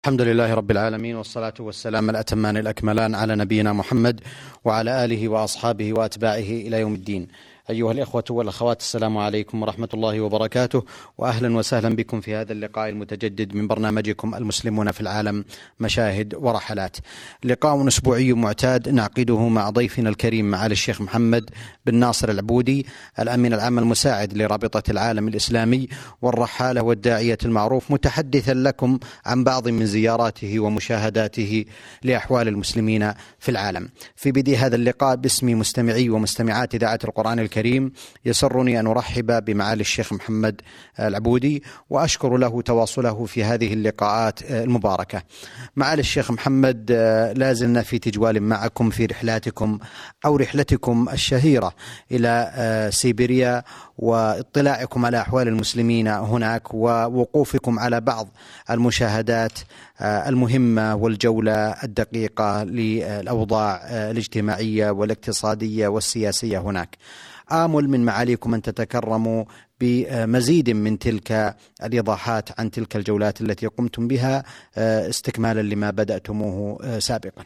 الحمد لله رب العالمين، والصلاة والسلام الأتمان الأكملان على نبينا محمد وعلى آله وأصحابه وأتباعه إلى يوم الدين. أيها الإخوة والأخوات، السلام عليكم ورحمة الله وبركاته، وأهلا وسهلا بكم في هذا اللقاء المتجدد من برنامجكم المسلمون في العالم، مشاهد ورحلات. لقاء أسبوعي معتاد نعقده مع ضيفنا الكريم معالي الشيخ محمد بن ناصر العبودي، الأمين العام المساعد لرابطة العالم الإسلامي والرحالة والداعية المعروف، متحدثا لكم عن بعض من زياراته ومشاهداته لأحوال المسلمين في العالم. في بدء هذا اللقاء باسم مستمعي ومستمعات إذاعة القرآن الكريم يسرني أن أرحب بمعالي الشيخ محمد العبودي، وأشكر له تواصله في هذه اللقاءات المباركة. معالي الشيخ محمد، لازلنا في تجوال معكم في رحلاتكم أو رحلتكم الشهيرة إلى سيبيريا، واطلاعكم على أحوال المسلمين هناك، ووقوفكم على بعض المشاهدات المهمة والجولة الدقيقة للأوضاع الاجتماعية والاقتصادية والسياسية هناك. آمل من معاليكم أن تتكرموا بمزيد من تلك الإيضاحات عن تلك الجولات التي قمتم بها، استكمالا لما بدأتموه سابقا.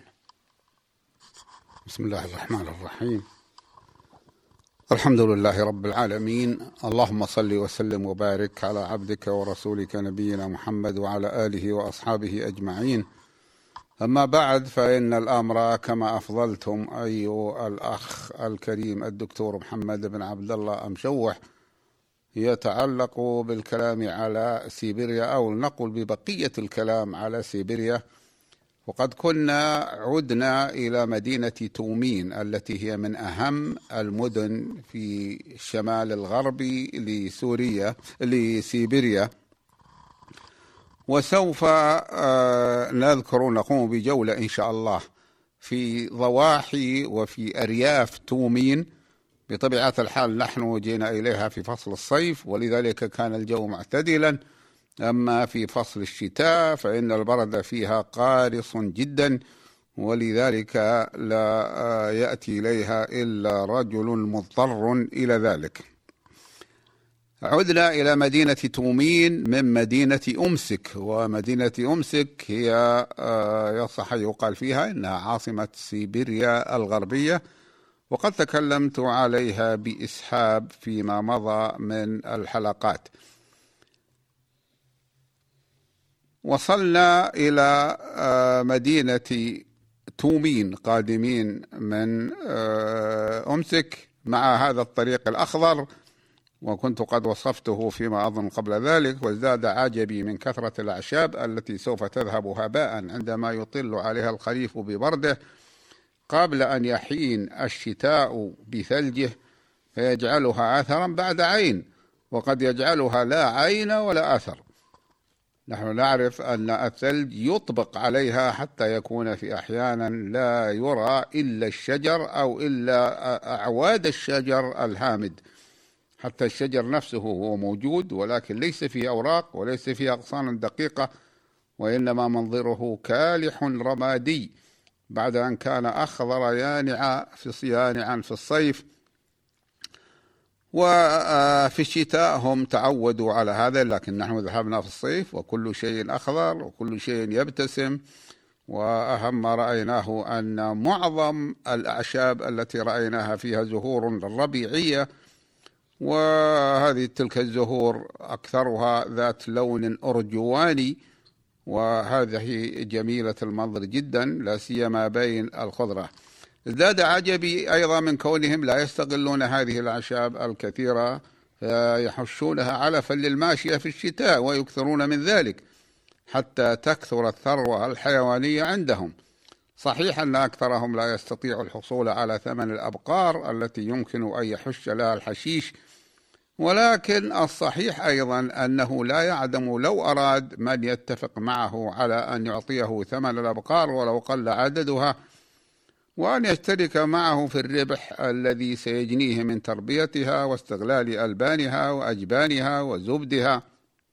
بسم الله الرحمن الرحيم. الحمد لله رب العالمين، اللهم صل وسلم وبارك على عبدك ورسولك نبينا محمد وعلى آله وأصحابه أجمعين. أما بعد، فإن الأمر كما أفضلتم أيها الأخ الكريم الدكتور محمد بن عبد الله مشوح يتعلق بالكلام على سيبيريا، أو نقول ببقية الكلام على سيبيريا. وقد كنا عدنا إلى مدينة تومين التي هي من أهم المدن في الشمال الغربي لسيبيريا، وسوف نقوم بجولة إن شاء الله في ضواحي وفي أرياف تومين. بطبيعة الحال نحن جينا إليها في فصل الصيف، ولذلك كان الجو معتدلا. أما في فصل الشتاء فإن البرد فيها قارص جدا، ولذلك لا يأتي إليها إلا رجل مضطر إلى ذلك. عدنا إلى مدينة تومين من مدينة أمسك، ومدينة أمسك هي يصح يقال فيها إنها عاصمة سيبيريا الغربية، وقد تكلمت عليها بإسهاب فيما مضى من الحلقات. وصلنا إلى مدينة تومين قادمين من أمسك مع هذا الطريق الأخضر، وكنت قد وصفته فيما أظن قبل ذلك، وازداد عجبي من كثرة الأعشاب التي سوف تذهب هباء عندما يطل عليها الخريف ببرده قبل أن يحين الشتاء بثلجه فيجعلها أثرا بعد عين، وقد يجعلها لا عين ولا أثر. نحن نعرف أن الثلج يطبق عليها حتى يكون في أحيانا لا يرى إلا الشجر أو إلا أعواد الشجر الهامد، حتى الشجر نفسه هو موجود ولكن ليس فيه أوراق وليس فيه أغصان دقيقة، وإنما منظره كالح رمادي بعد أن كان أخضر يانعا في الصيف. وفي الشتاء هم تعودوا على هذا، لكن نحن ذهبنا في الصيف وكل شيء أخضر وكل شيء يبتسم. وأهم ما رأيناه أن معظم الأعشاب التي رأيناها فيها زهور ربيعية، وهذه تلك الزهور أكثرها ذات لون أرجواني، وهذه جميلة المنظر جدا، لا سيما بين الخضرة. ازداد عجبي أيضا من كونهم لا يستغلون هذه الأعشاب الكثيرة، يحشونها علفا للماشية في الشتاء ويكثرون من ذلك حتى تكثر الثروة الحيوانية عندهم. صحيح أن أكثرهم لا يستطيع الحصول على ثمن الأبقار التي يمكن أن يحش لها الحشيش، ولكن الصحيح أيضا أنه لا يعدم لو أراد من يتفق معه على أن يعطيه ثمن الأبقار ولو قل عددها، وأن يشترك معه في الربح الذي سيجنيه من تربيتها واستغلال ألبانها وأجبانها وزبدها.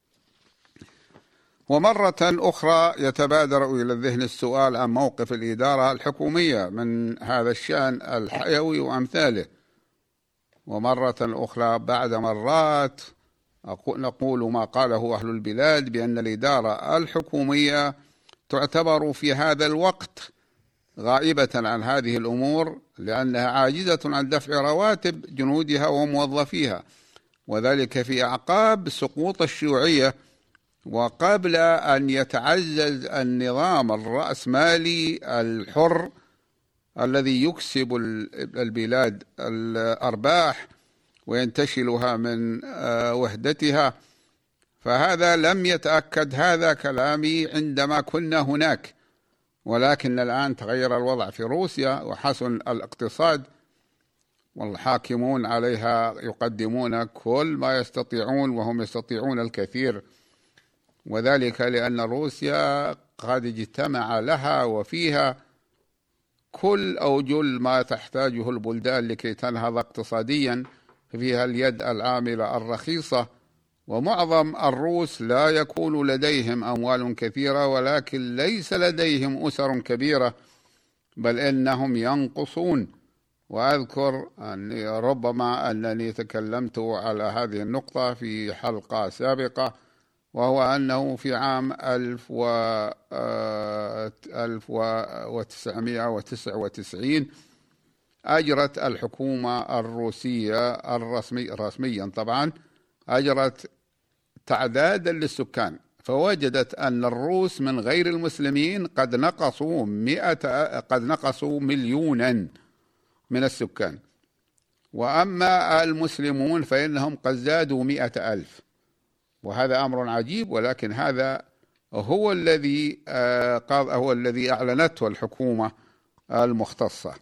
ومرة أخرى يتبادر إلى الذهن السؤال عن موقف الإدارة الحكومية من هذا الشأن الحيوي وأمثاله. ومرة أخرى بعد مرات نقول ما قاله أهل البلاد بأن الإدارة الحكومية تعتبر في هذا الوقت غائبة عن هذه الأمور، لأنها عاجزة عن دفع رواتب جنودها وموظفيها، وذلك في أعقاب سقوط الشيوعية وقبل أن يتعزز النظام الرأسمالي الحر الذي يكسب البلاد الأرباح وينتشلها من وحدتها. فهذا لم يتأكد هذا كلامي عندما كنا هناك، ولكن الآن تغير الوضع في روسيا وحسن الاقتصاد، والحاكمون عليها يقدمون كل ما يستطيعون، وهم يستطيعون الكثير، وذلك لأن روسيا قد اجتمع لها وفيها كل أو جل ما تحتاجه البلدان لكي تنهض اقتصاديا. فيها اليد العاملة الرخيصة، ومعظم الروس لا يكون لديهم أموال كثيرة، ولكن ليس لديهم أسر كبيرة، بل إنهم ينقصون. وأذكر أني ربما أنني تكلمت على هذه النقطة في حلقة سابقة، وهو أنه في عام 1999 أجرت الحكومة الروسية رسميا طبعا أجرت تعدادا للسكان، فوجدت أن الروس من غير المسلمين قد نقصوا مليونا من السكان، وأما المسلمون فإنهم قد زادوا 100,000. وهذا أمر عجيب، ولكن هذا هو الذي أعلنته الحكومة المختصة،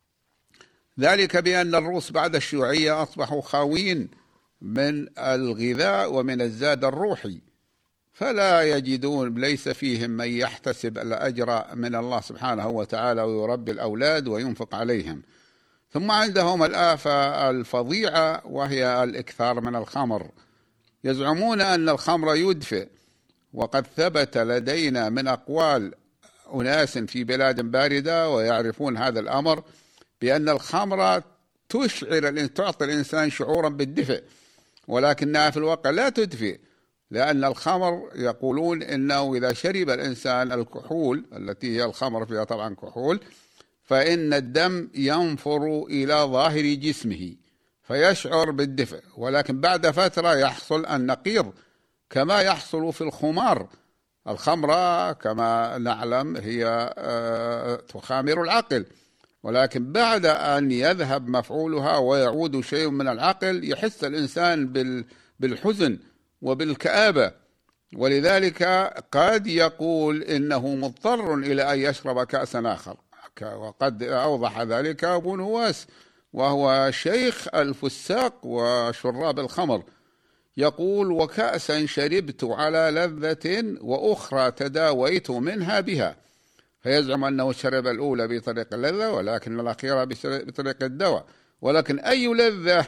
ذلك بأن الروس بعد الشيوعية أصبحوا خاوين من الغذاء ومن الزاد الروحي، فلا يجدون، ليس فيهم من يحتسب الأجر من الله سبحانه وتعالى ويربي الأولاد وينفق عليهم. ثم عندهم الآفة الفظيعة وهي الإكثار من الخمر. يزعمون أن الخمر يدفئ، وقد ثبت لدينا من أقوال أناس في بلاد باردة ويعرفون هذا الأمر بأن الخمر تعطي الإنسان شعورا بالدفء، ولكنها في الواقع لا تدفئ، لأن الخمر يقولون إنه إذا شرب الإنسان الكحول التي هي الخمر فيها طبعا كحول، فإن الدم ينفر إلى ظاهر جسمه فيشعر بالدفء، ولكن بعد فترة يحصل النقيض كما يحصل في الخمار. الخمرة كما نعلم هي تخامر العقل، ولكن بعد أن يذهب مفعولها ويعود شيء من العقل يحس الإنسان بالحزن وبالكآبة، ولذلك قد يقول إنه مضطر إلى أن يشرب كأسا آخر. وقد أوضح ذلك أبو نواس وهو شيخ الفساق وشراب الخمر، يقول: وكأسا شربت على لذة وأخرى تداويت منها بها. فيزعم أنه شرب الأولى بطريق اللذة، ولكن الأخيرة بطريق الدواء. ولكن أي لذة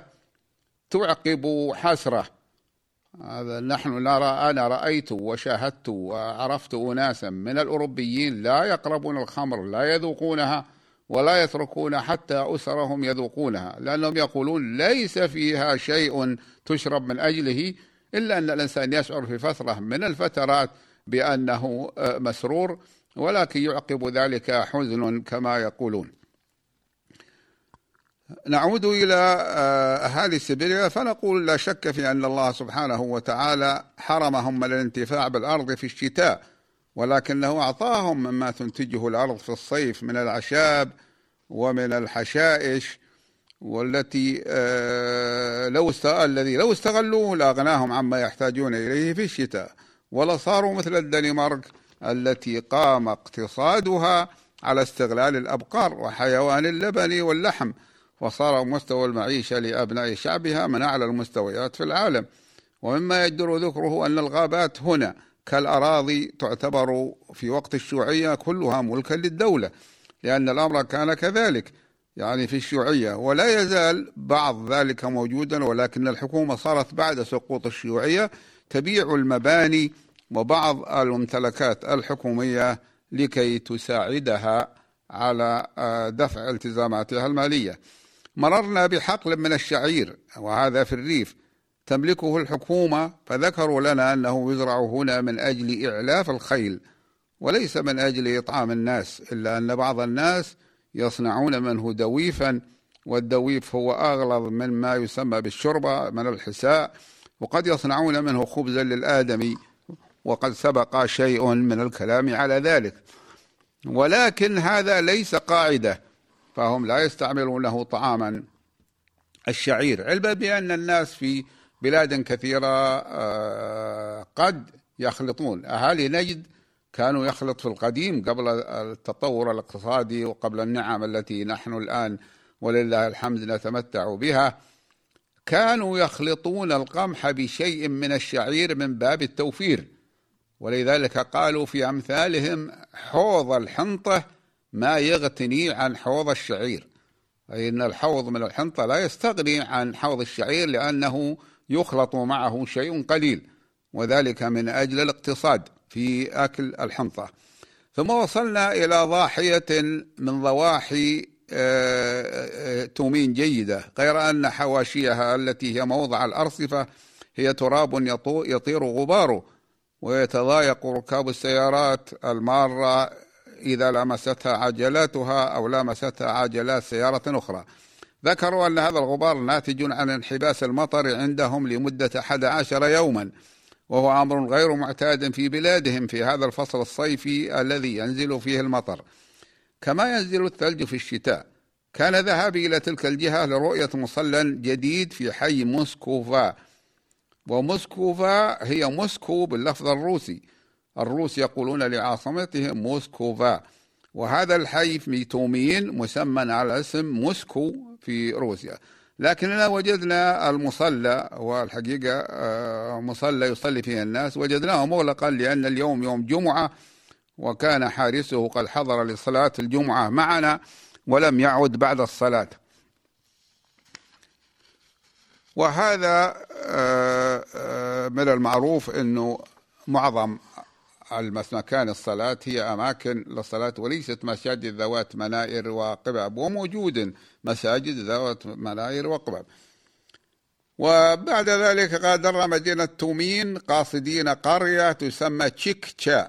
تعقب حسرة؟ هذا نحن نرى، أنا رأيت وشاهدت وعرفت أناسا من الأوروبيين لا يقربون الخمر، لا يذوقونها ولا يتركون حتى أسرهم يذوقونها، لأنهم يقولون ليس فيها شيء تشرب من أجله، إلا أن الإنسان يشعر في فترة من الفترات بأنه مسرور، ولكن يعقب ذلك حزن كما يقولون. نعود إلى أهالي سيبيريا، فنقول لا شك في أن الله سبحانه وتعالى حرمهم من الانتفاع بالأرض في الشتاء، ولكنه أعطاهم مما تنتجه الأرض في الصيف من الأعشاب ومن الحشائش، والتي لو استغلوه لأغناهم عما يحتاجون إليه في الشتاء، ولصاروا مثل الدنمارك التي قام اقتصادها على استغلال الأبقار وحيوان اللبن واللحم، وصار مستوى المعيشة لأبناء شعبها من أعلى المستويات في العالم. ومما يجدر ذكره أن الغابات هنا كالأراضي تعتبر في وقت الشيوعية كلها ملكا للدولة، لأن الأمر كان كذلك يعني في الشيوعية، ولا يزال بعض ذلك موجودا، ولكن الحكومة صارت بعد سقوط الشيوعية تبيع المباني وبعض الممتلكات الحكومية لكي تساعدها على دفع التزاماتها المالية. مررنا بحقل من الشعير، وهذا في الريف، تملكه الحكومة، فذكروا لنا أنه يزرع هنا من أجل إعلاف الخيل، وليس من أجل إطعام الناس، إلا أن بعض الناس يصنعون منه دويفا، والدويف هو أغلظ مما يسمى بالشربة من الحساء، وقد يصنعون منه خبزا للآدمي، وقد سبق شيء من الكلام على ذلك. ولكن هذا ليس قاعدة، فهم لا يستعملونه طعاما الشعير، علما بأن الناس في بلاد كثيرة قد يخلطون. أهالي نجد كانوا يخلط في القديم قبل التطور الاقتصادي وقبل النعم التي نحن الآن ولله الحمد نتمتع بها، كانوا يخلطون القمح بشيء من الشعير من باب التوفير، ولذلك قالوا في أمثالهم: حوض الحنطة ما يغتني عن حوض الشعير، أي أن الحوض من الحنطة لا يستغني عن حوض الشعير، لأنه يخلط معه شيء قليل، وذلك من أجل الاقتصاد في أكل الحنطة. ثم وصلنا إلى ضاحية من ضواحي تومين جيدة، غير أن حواشيها التي هي موضع الأرصفة هي تراب يطير غباره، ويتضايق ركاب السيارات المارة إذا لمستها عجلاتها أو لمستها عجلات سيارة أخرى. ذكروا أن هذا الغبار ناتج عن انحباس المطر عندهم لمدة 11 يوما، وهو أمر غير معتاد في بلادهم في هذا الفصل الصيفي الذي ينزل فيه المطر، كما ينزل الثلج في الشتاء. كان ذهابي إلى تلك الجهة لرؤية مصلى جديد في حي موسكوفا، وموسكوفا هي موسكو باللفظ الروسي، الروس يقولون لعاصمتهم موسكوفا، وهذا الحي في تومين مسمى على اسم موسكو في روسيا. لكننا وجدنا المصلى، والحقيقة مصلى يصلي فيه الناس، وجدناه مغلقا لأن اليوم يوم جمعة، وكان حارسه قد حضر لصلاة الجمعة معنا ولم يعد بعد الصلاة. وهذا من المعروف أنه معظم مكان الصلاة هي أماكن للصلاة وليست مساجد ذوات منائر وقبب، وموجود مساجد ذوات منائر وقبب. وبعد ذلك غادرنا مدينة تومين قاصدين قرية تسمى تشيكتشا،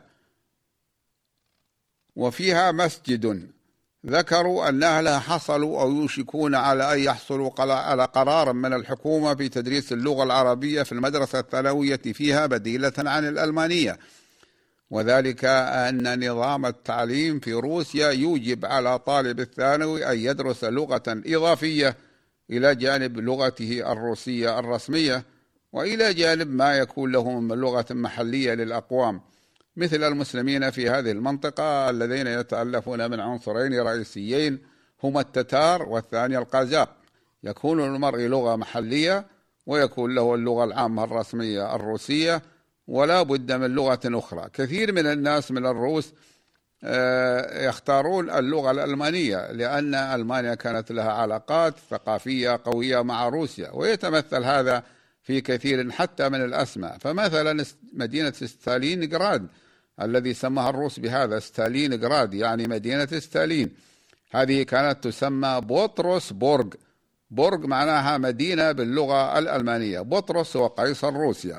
وفيها مسجد ذكروا أن أهلها حصلوا أو يوشكون على أن يحصلوا على قرار من الحكومة في تدريس اللغة العربية في المدرسة الثانوية فيها بديلة عن الألمانية، وذلك أن نظام التعليم في روسيا يوجب على طالب الثانوي أن يدرس لغة إضافية إلى جانب لغته الروسية الرسمية، وإلى جانب ما يكون له من لغة محلية للأقوام، مثل المسلمين في هذه المنطقة الذين يتألفون من عنصرين رئيسيين هما التتار والثاني القازاق. يكون للمرء لغة محلية ويكون له اللغة العامة الرسمية الروسية، ولا بد من لغة أخرى. كثير من الناس من الروس يختارون اللغة الألمانية لأن ألمانيا كانت لها علاقات ثقافية قوية مع روسيا، ويتمثل هذا في كثير حتى من الأسماء. فمثلا مدينة ستالينغراد الذي سماها الروس بهذا ستالينغراد يعني مدينة ستالين، هذه كانت تسمى بطرس بورغ. بورغ معناها مدينة باللغة الألمانية، بطرس هو قيصر روسيا.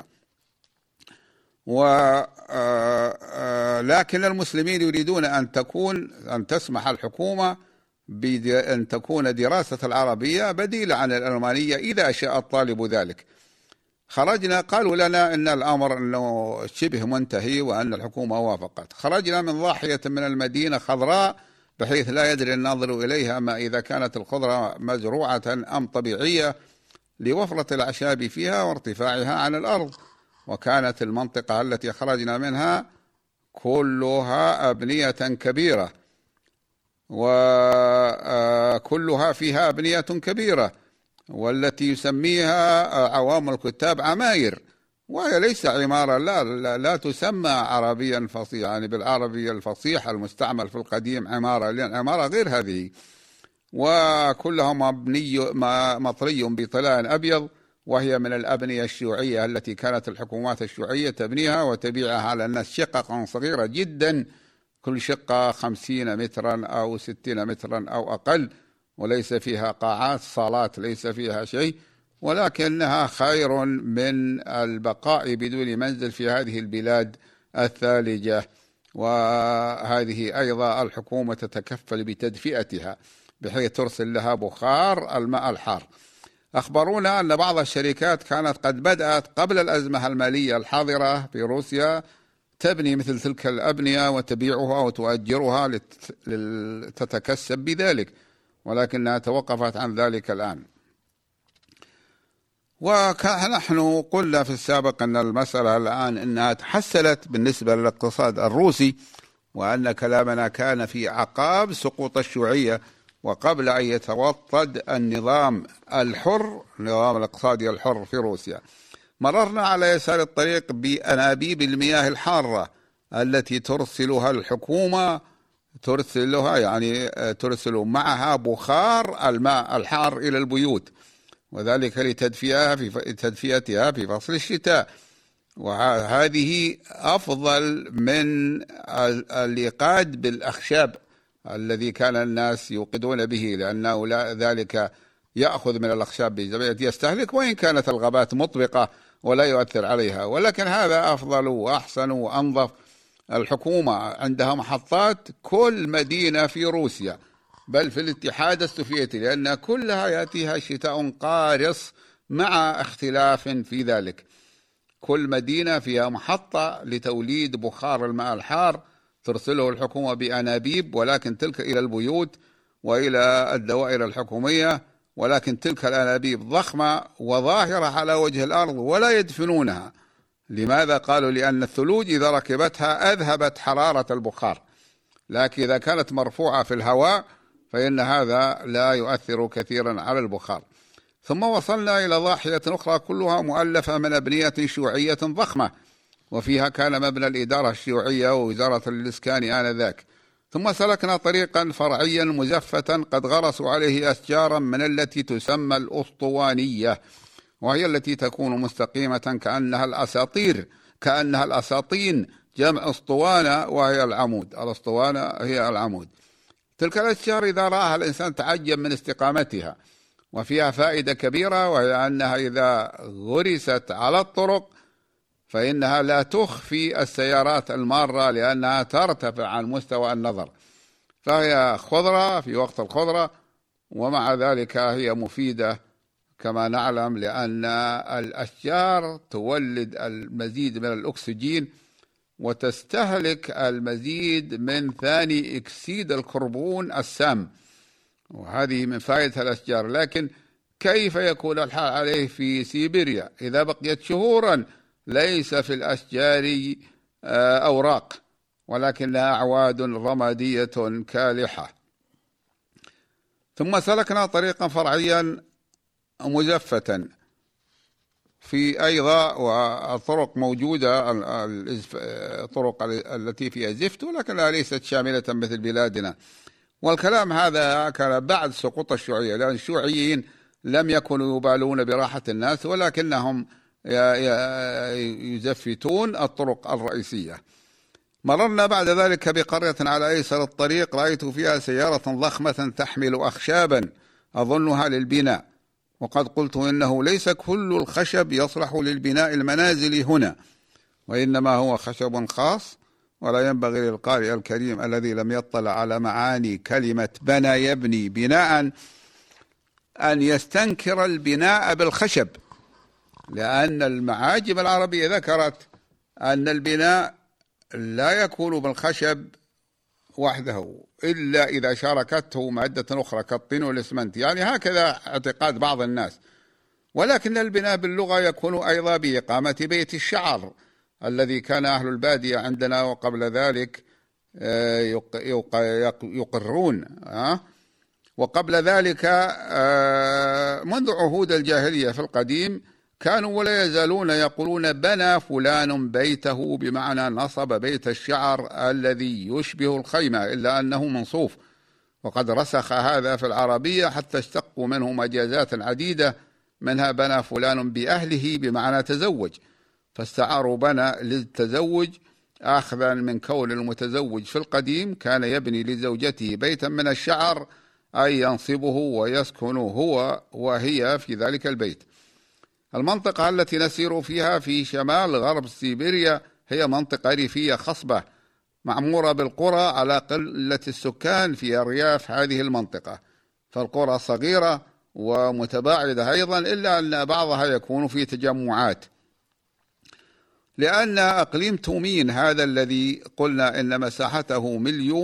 لكن المسلمين يريدون أن تسمح الحكومة بأن تكون دراسة العربية بديلة عن الألمانية إذا شاء الطالب ذلك. خرجنا، قالوا لنا إن الأمر أنه شبه منتهي وأن الحكومة وافقت. خرجنا من ضاحية من المدينة خضراء بحيث لا يدري الناظر إليها ما إذا كانت الخضرة مزروعة أم طبيعية لوفرة الأعشاب فيها وارتفاعها عن الأرض. وكانت المنطقة التي خرجنا منها كلها أبنية كبيرة، وكلها فيها أبنية كبيرة، والتي يسميها عوام الكتاب عماير، وهي ليس عمارة، لا تسمى عربيا فصيحا، يعني بالعربي الفصيح المستعمل في القديم عمارة، لأن عمارة غير هذه. وكلها مطري بطلاء أبيض، وهي من الأبنية الشيوعية التي كانت الحكومات الشيوعية تبنيها وتبيعها على الناس شققا صغيرة جدا، كل شقة 50 مترا أو 60 مترا أو أقل، وليس فيها قاعات صالات، ليس فيها شيء، ولكنها خير من البقاء بدون منزل في هذه البلاد الثالجة وهذه أيضا الحكومة تتكفل بتدفئتها بحيث ترسل لها بخار الماء الحار. أخبرونا أن بعض الشركات كانت قد بدأت قبل الأزمة المالية الحاضرة في روسيا تبني مثل تلك الأبنية وتبيعها وتؤجرها لتتكسب بذلك، ولكنها توقفت عن ذلك الآن. ونحن قلنا في السابق أن المسألة الآن أنها تحسنت بالنسبة للاقتصاد الروسي، وأن كلامنا كان في عقاب سقوط الشيوعية وقبل أن يتوطد النظام الحر، النظام الاقتصادي الحر في روسيا. مررنا على يسار الطريق بأنابيب المياه الحارة التي ترسلها الحكومة، ترسل معها بخار الماء الحار إلى البيوت، وذلك لتدفئتها في فصل الشتاء. وهذه أفضل من الإيقاد بالأخشاب الذي كان الناس يوقدون به، لأنه ذلك يأخذ من الأخشاب بجميع يستهلك، وإن كانت الغابات مطبقة ولا يؤثر عليها، ولكن هذا أفضل وأحسن وأنظف. الحكومة عندها محطات كل مدينة في روسيا، بل في الاتحاد السوفيتي، لأن كلها يأتيها شتاء قارص مع اختلاف في ذلك. كل مدينة فيها محطة لتوليد بخار الماء الحار ترسله الحكومة بأنابيب، ولكن تلك إلى البيوت وإلى الدوائر الحكومية، ولكن تلك الأنابيب ضخمة وظاهرة على وجه الأرض ولا يدفنونها. لماذا؟ قالوا لأن الثلوج إذا ركبتها أذهبت حرارة البخار، لكن إذا كانت مرفوعة في الهواء فإن هذا لا يؤثر كثيرا على البخار. ثم وصلنا إلى ضاحية أخرى كلها مؤلفة من أبنية شيوعية ضخمة، وفيها كان مبنى الإدارة الشيوعية ووزارة الإسكان آنذاك. ثم سلكنا طريقا فرعيا مزفتا قد غرسوا عليه أشجارا من التي تسمى الأسطوانية، وهي التي تكون مستقيمة كأنها الأساطين، جمع أسطوانة وهي العمود. الأسطوانة هي العمود. تلك الأشجار إذا رآها الإنسان تعجب من استقامتها، وفيها فائدة كبيرة، وهي أنها إذا غرست على الطرق فإنها لا تخفي السيارات المارة، لأنها ترتفع عن مستوى النظر، فهي خضرة في وقت الخضرة، ومع ذلك هي مفيدة كما نعلم، لأن الأشجار تولد المزيد من الأكسجين وتستهلك المزيد من ثاني أكسيد الكربون السام، وهذه من فائدة الأشجار. لكن كيف يكون الحال عليه في سيبيريا إذا بقيت شهورا ليس في الأشجار أوراق، ولكنها أعواد رمادية كالحة. ثم سلكنا طريقا فرعيا مزفة في أيضا، والطرق موجودة، الطرق التي فيها زفت ولكنها ليست شاملة مثل بلادنا. والكلام هذا كان بعد سقوط الشيوعية، لأن الشيوعيين لم يكونوا يبالون براحة الناس، ولكنهم يزفتون الطرق الرئيسية. مررنا بعد ذلك بقرية على أيسر الطريق، رأيت فيها سيارة ضخمة تحمل أخشابا أظنها للبناء، وقد قلت إنه ليس كل الخشب يصلح للبناء المنازل هنا، وإنما هو خشب خاص. ولا ينبغي للقارئ الكريم الذي لم يطلع على معاني كلمة بنى يبني بناء أن يستنكر البناء بالخشب، لأن المعاجم العربية ذكرت أن البناء لا يكون بالخشب وحده إلا إذا شاركته مادة أخرى كالطين والإسمنت، يعني هكذا اعتقاد بعض الناس. ولكن البناء باللغة يكون أيضا بإقامة بيت الشعر الذي كان أهل البادية عندنا وقبل ذلك يقرون، وقبل ذلك منذ عهود الجاهلية في القديم كانوا ولا يزالون يقولون بنى فلان بيته، بمعنى نصب بيت الشعر الذي يشبه الخيمة، إلا أنه منصوف. وقد رسخ هذا في العربية حتى اشتقوا منه مجازات عديدة، منها بنى فلان بأهله بمعنى تزوج، فاستعاروا بنى للتزوج أخذا من كون المتزوج في القديم كان يبني لزوجته بيتا من الشعر، أي ينصبه ويسكن هو وهي في ذلك البيت. المنطقة التي نسير فيها في شمال غرب سيبيريا هي منطقة ريفية خصبة معمورة بالقرى على قلة السكان في أرياف هذه المنطقة، فالقرى صغيرة ومتباعدة أيضا، إلا أن بعضها يكون في تجمعات. لأن أقليم تومين هذا الذي قلنا إن مساحته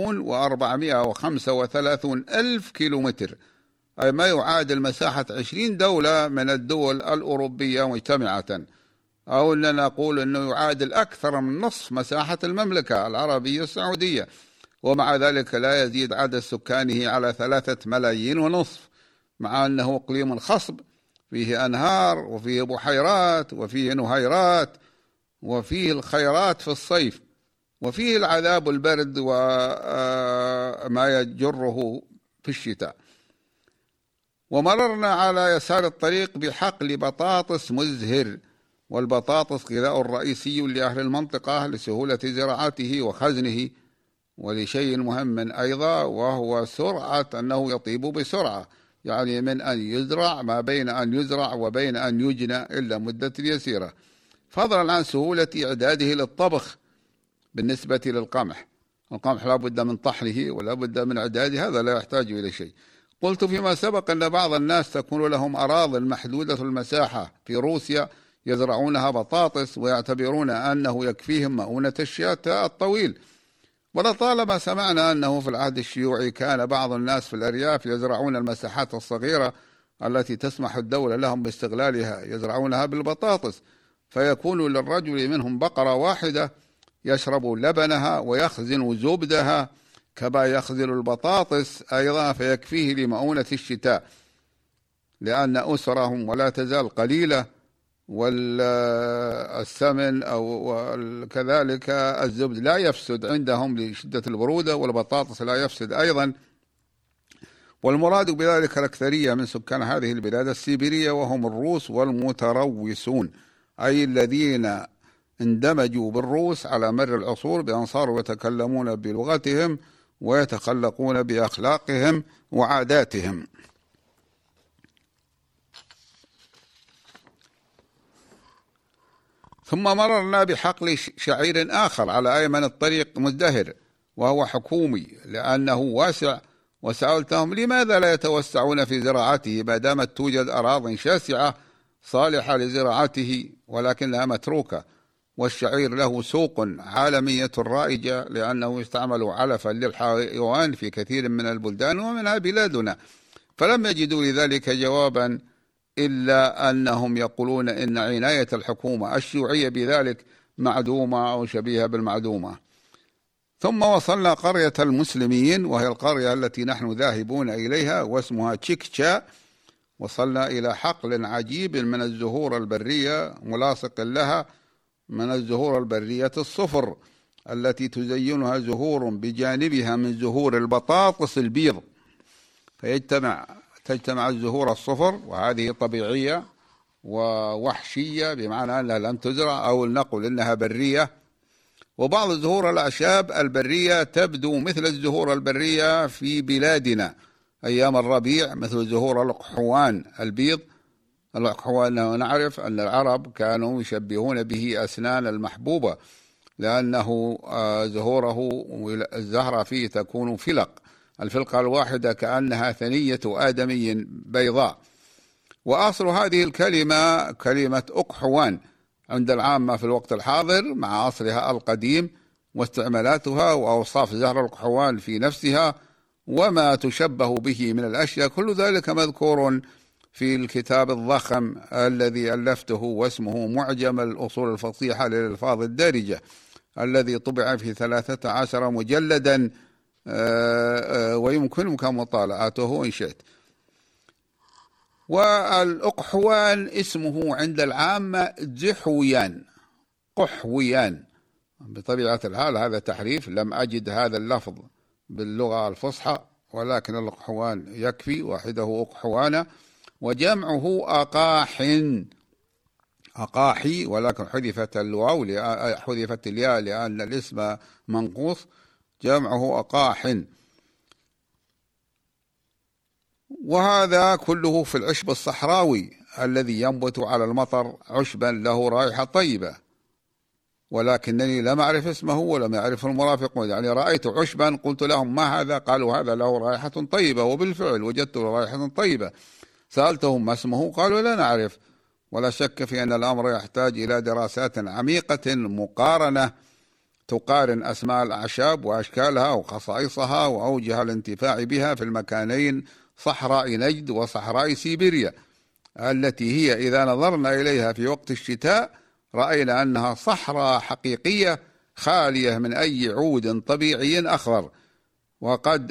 1,435,000 كيلومتر، أي ما يعادل مساحة 20 دولة من الدول الأوروبية مجتمعة، أو أننا نقول أنه يعادل أكثر من نصف مساحة المملكة العربية السعودية، ومع ذلك لا يزيد عدد سكانه على 3.5 ملايين، مع أنه إقليم خصب فيه أنهار وفيه بحيرات وفيه نهيرات وفيه الخيرات في الصيف، وفيه العذاب والبرد وما يجره في الشتاء. ومررنا على يسار الطريق بحقل بطاطس مزهر، والبطاطس غذاء رئيسي لأهل المنطقة لسهولة زراعته وخزنه، ولشيء مهم أيضا وهو سرعة أنه يطيب بسرعة، يعني من أن يزرع ما بين أن يزرع وبين أن يجنى إلا مدة يسيرة، فضلا عن سهولة إعداده للطبخ. بالنسبة للقمح، القمح لا بد من طحنه ولا بد من إعداده، هذا لا يحتاج إلى شيء. قلت فيما سبق أن بعض الناس تكون لهم أراضٍ محدودة المساحة في روسيا يزرعونها بطاطس ويعتبرون أنه يكفيهم مؤونة الشتاء الطويل، ولطالما سمعنا أنه في العهد الشيوعي كان بعض الناس في الأرياف يزرعون المساحات الصغيرة التي تسمح الدولة لهم باستغلالها، يزرعونها بالبطاطس، فيكون للرجل منهم بقرة واحدة يشرب لبنها ويخزن زبدها كما يخزن البطاطس أيضا، فيكفيه لمؤونة الشتاء، لأن أسرهم ولا تزال قليلة، والسمن أو كذلك الزبد لا يفسد عندهم لشدة البرودة، والبطاطس لا يفسد أيضا. والمراد بذلك الأكثرية من سكان هذه البلاد السيبيرية، وهم الروس والمتروسون، أي الذين اندمجوا بالروس على مر العصور بأن صاروا يتكلمون بلغتهم ويتخلقون بأخلاقهم وعاداتهم. ثم مررنا بحقل شعير آخر على أيمن الطريق مزدهر، وهو حكومي لأنه واسع، وسألتهم لماذا لا يتوسعون في زراعته ما دامت توجد أراضٍ شاسعة صالحة لزراعته ولكنها متروكة. والشعير له سوق عالمية رائجة لأنه يستعمل علفا للحيوان في كثير من البلدان ومنها بلادنا، فلم يجدوا لذلك جوابا إلا أنهم يقولون إن عناية الحكومة الشيوعية بذلك معدومة أو شبيهة بالمعدومة. ثم وصلنا قرية المسلمين، وهي القرية التي نحن ذاهبون إليها، واسمها تشيكتشا. وصلنا إلى حقل عجيب من الزهور البرية ملاصق لها، من الزهور البرية الصفر التي تزينها زهور بجانبها من زهور البطاطس البيض، تجتمع الزهور الصفر، وهذه طبيعية ووحشية بمعنى أنها لم تزرع، أو نقول إنها برية. وبعض زهور الأعشاب البرية تبدو مثل الزهور البرية في بلادنا أيام الربيع، مثل زهور الأقحوان البيض. الأقحوان نعرف أن العرب كانوا يشبهون به أسنان المحبوبة، لأنه زهوره الزهرة فيه تكون فلق، الفلقة الواحدة كأنها ثنية آدمي بيضاء. وأصل هذه الكلمة كلمة أقحوان عند العامة في الوقت الحاضر، مع أصلها القديم واستعمالاتها وأوصاف زهر الأقحوان في نفسها وما تشبه به من الأشياء، كل ذلك مذكور في الكتاب الضخم الذي ألفته واسمه معجم الأصول الفصيحة للألفاظ الدارجة، الذي طبع في 13 مجلدا، ويمكنك مطالعته إن شئت. والأقحوان اسمه عند العامة زحويان، قحويان. بطبيعة الحال هذا تحريف، لم أجد هذا اللفظ باللغة الفصحى، ولكن الأقحوان يكفي، واحده أقحوان، وجمعه أقاحي، ولكن حذفت الواو حذفت الياء لأن الاسم منقوص، جمعه أقاح. وهذا كله في العشب الصحراوي الذي ينبت على المطر عشبا له رائحة طيبة. ولكنني لم أعرف اسمه ولم يعرف المرافقون. يعني رأيت عشبا قلت لهم ما هذا؟ قالوا هذا له رائحة طيبة، وبالفعل وجدت له رائحة طيبة. سألتهم ما اسمه؟ قالوا لا نعرف. ولا شك في أن الأمر يحتاج إلى دراسات عميقة مقارنة تقارن أسماء الأعشاب وأشكالها وخصائصها وأوجه الانتفاع بها في المكانين صحراء نجد وصحراء سيبيريا، التي هي إذا نظرنا إليها في وقت الشتاء رأينا أنها صحراء حقيقية خالية من أي عود طبيعي أخضر. وقد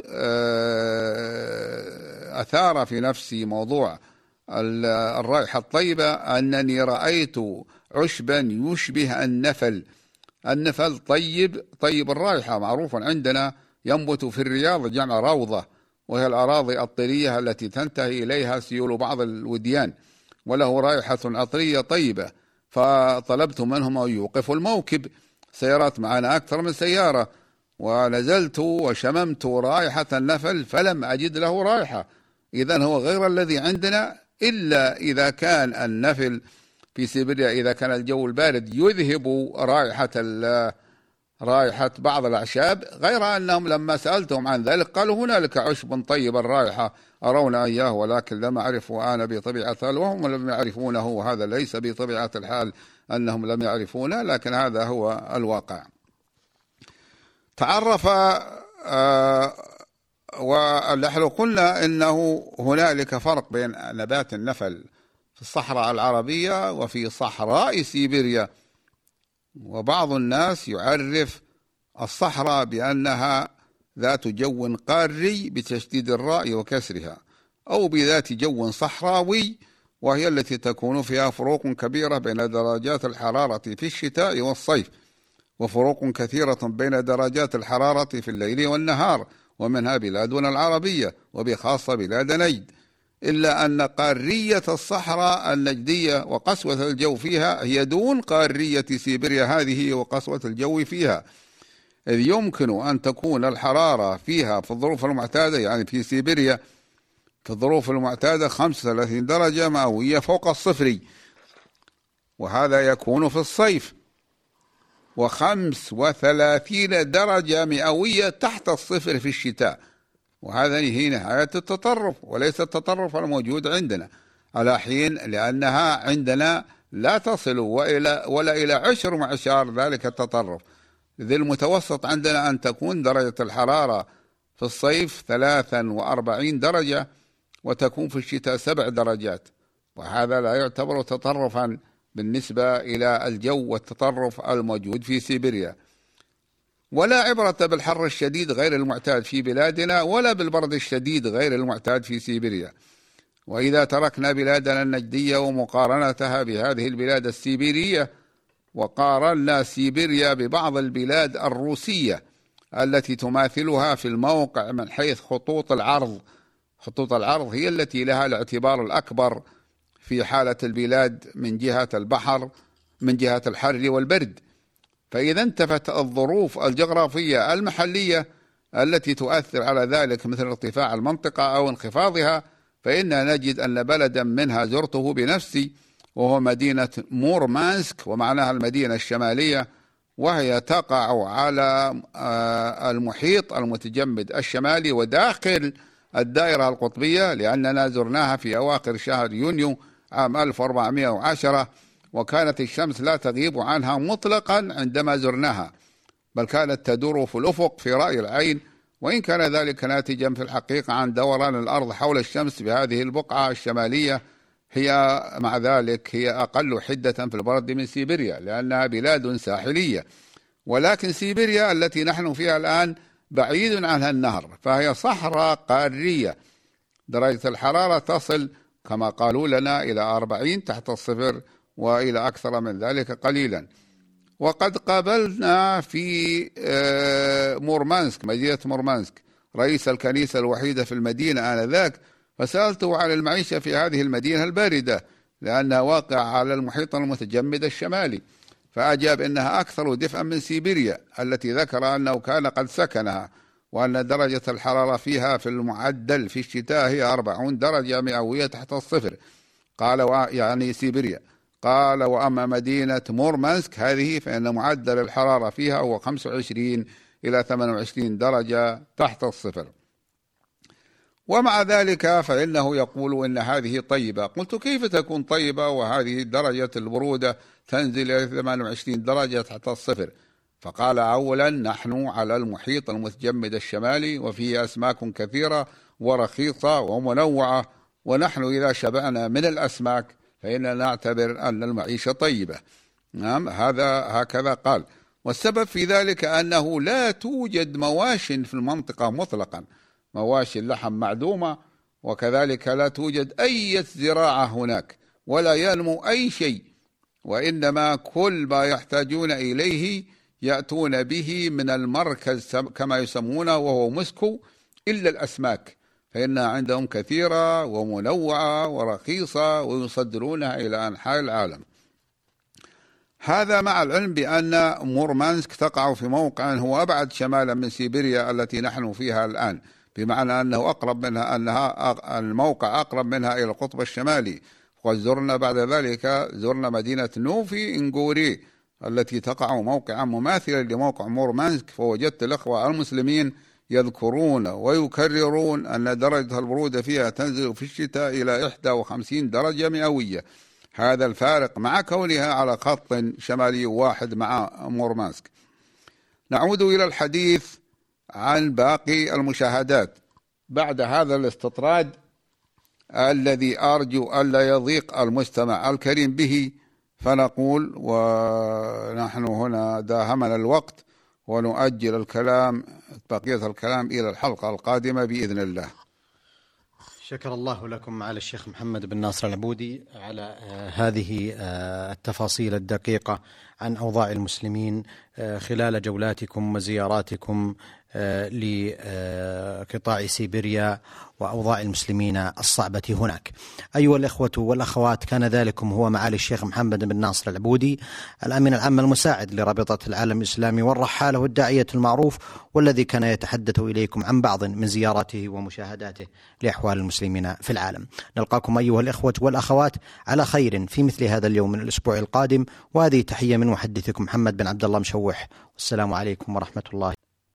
أثار في نفسي موضوع الرائحة الطيبة أنني رأيت عشبا يشبه النفل. النفل طيب الرائحة، معروف عندنا ينبت في الرياض جمع روضة، وهي الأراضي الطيرية التي تنتهي إليها سيول بعض الوديان، وله رائحة عطرية طيبة. فطلبت منهم أن يوقفوا الموكب، سيارات معنا أكثر من سيارة، ونزلت وشممت رائحة النفل فلم أجد له رائحة. إذن هو غير الذي عندنا، إلا إذا كان النفل في سيبيريا إذا كان الجو البارد يذهب رائحة بعض الأعشاب، غير أنهم لما سألتهم عن ذلك قالوا هنالك عشب طيب الرائحة أرونا إياه، ولكن لم أعرفه أنا بطبيعة الحال وهم لم يعرفونه، وهذا ليس بطبيعة الحال أنهم لم يعرفونه، لكن هذا هو الواقع. تعرف ونحن قلنا إنه هنالك فرق بين نبات النفل في الصحراء العربية وفي صحراء سيبيريا. وبعض الناس يعرف الصحراء بأنها ذات جو قاري بتشديد الراء وكسرها، أو بذات جو صحراوي، وهي التي تكون فيها فروق كبيرة بين درجات الحرارة في الشتاء والصيف، وفروق كثيرة بين درجات الحرارة في الليل والنهار، ومنها بلادنا العربية وبخاصة بلاد نجد. إلا أن قارية الصحراء النجدية وقسوة الجو فيها هي دون قارية سيبيريا هذه وقسوة الجو فيها، إذ يمكن أن تكون الحرارة فيها في الظروف المعتادة، يعني في سيبيريا في الظروف المعتادة 35 درجة مئوية فوق الصفر، وهذا يكون في الصيف، و35 درجة مئوية تحت الصفر في الشتاء. وهذا هي نهاية التطرف، وليس التطرف الموجود عندنا على حين، لأنها عندنا لا تصل ولا إلى 10 معشار ذلك التطرف. ذي المتوسط عندنا أن تكون درجة الحرارة في الصيف 43 درجة وتكون في الشتاء 7 درجات، وهذا لا يعتبر تطرفا بالنسبة إلى الجو والتطرف الموجود في سيبيريا. ولا عبرة بالحر الشديد غير المعتاد في بلادنا ولا بالبرد الشديد غير المعتاد في سيبيريا. وإذا تركنا بلادنا النجدية ومقارنتها بهذه البلاد السيبيرية، وقارنا سيبيريا ببعض البلاد الروسية التي تماثلها في الموقع من حيث خطوط العرض، خطوط العرض هي التي لها الاعتبار الأكبر في حالة البلاد من جهة البحر، من جهة الحر والبرد. فإذا انتفت الظروف الجغرافية المحلية التي تؤثر على ذلك مثل ارتفاع المنطقة أو انخفاضها، فإننا نجد أن بلدا منها زرته بنفسي وهو مدينة مورمانسك، ومعناها المدينة الشمالية، وهي تقع على المحيط المتجمد الشمالي وداخل الدائرة القطبية، لأننا زرناها في أواخر شهر يونيو عام 1410، وكانت الشمس لا تغيب عنها مطلقا عندما زرناها، بل كانت تدور في الأفق في رأي العين، وإن كان ذلك ناتجا في الحقيقة عن دوران الأرض حول الشمس بهذه البقعة الشمالية. هي مع ذلك هي أقل حدة في البرد من سيبيريا لأنها بلاد ساحلية، ولكن سيبيريا التي نحن فيها الآن بعيد عنها النهر، فهي صحراء قارية. درجة الحرارة تصل كما قالوا لنا إلى 40 تحت الصفر وإلى أكثر من ذلك قليلا. وقد قابلنا في مورمانسك، مدينة مورمانسك، رئيس الكنيسة الوحيدة في المدينة آنذاك، فسألته عن المعيشة في هذه المدينة الباردة لأنها واقعة على المحيط المتجمد الشمالي، فأجاب إنها أكثر دفئا من سيبيريا التي ذكر أنه كان قد سكنها، وأن درجة الحرارة فيها في المعدل في الشتاء هي 40 درجة مئوية تحت الصفر. قال يعني سيبيريا. قال: وأما مدينة مورمانسك هذه فإن معدل الحرارة فيها هو 25 إلى 28 درجة تحت الصفر. ومع ذلك فإنه يقول إن هذه طيبة. قلت: كيف تكون طيبة وهذه درجة البرودة تنزل إلى 28 درجة تحت الصفر؟ فقال: أولا نحن على المحيط المتجمد الشمالي وفيه أسماك كثيرة ورخيصة ومنوعة، ونحن إذا شبعنا من الأسماك فإننا نعتبر أن المعيشة طيبة. نعم، هكذا قال. والسبب في ذلك أنه لا توجد مواشٍ في المنطقة مطلقا، مواشي اللحم معدومة، وكذلك لا توجد أي زراعة هناك ولا ينمو أي شيء، وإنما كل ما يحتاجون إليه يأتون به من المركز كما يسمونه وهو موسكو، إلا الأسماك فإنها عندهم كثيرة ومنوعة ورخيصة ويصدرونها إلى أنحاء العالم. هذا مع العلم بأن مورمانسك تقع في موقع هو أبعد شمالا من سيبيريا التي نحن فيها الآن، بمعنى أنه أقرب منها، أنها الموقع أقرب منها إلى القطب الشمالي. وزرنا بعد ذلك مدينة نوفي إنغوري التي تقع موقعا مماثلا لموقع مورمانسك، فوجدت الأخوة المسلمين يذكرون ويكررون أن درجة البرودة فيها تنزل في الشتاء إلى 51 درجة مئوية. هذا الفارق مع كونها على خط شمالي واحد مع مورمانسك. نعود إلى الحديث عن باقي المشاهدات بعد هذا الاستطراد الذي أرجو ألا يضيق المستمع الكريم به، فنقول ونحن هنا داهمنا الوقت ونؤجل بقية الكلام إلى الحلقة القادمة بإذن الله. شكر الله لكم معالي الشيخ محمد بن ناصر العبودي على هذه التفاصيل الدقيقة عن أوضاع المسلمين خلال جولاتكم وزياراتكم لقطاع سيبيريا وأوضاع المسلمين الصعبة هناك. أيها الإخوة والأخوات، كان ذلكم هو معالي الشيخ محمد بن ناصر العبودي، الأمين العام المساعد لرابطة العالم الإسلامي والرحالة والداعية المعروف، والذي كان يتحدث إليكم عن بعض من زياراته ومشاهداته لأحوال المسلمين في العالم. نلقاكم أيها الإخوة والأخوات على خير في مثل هذا اليوم من الأسبوع القادم، وهذه تحية من محدثكم محمد بن عبد الله مشوح، والسلام عليكم ورحمة الله.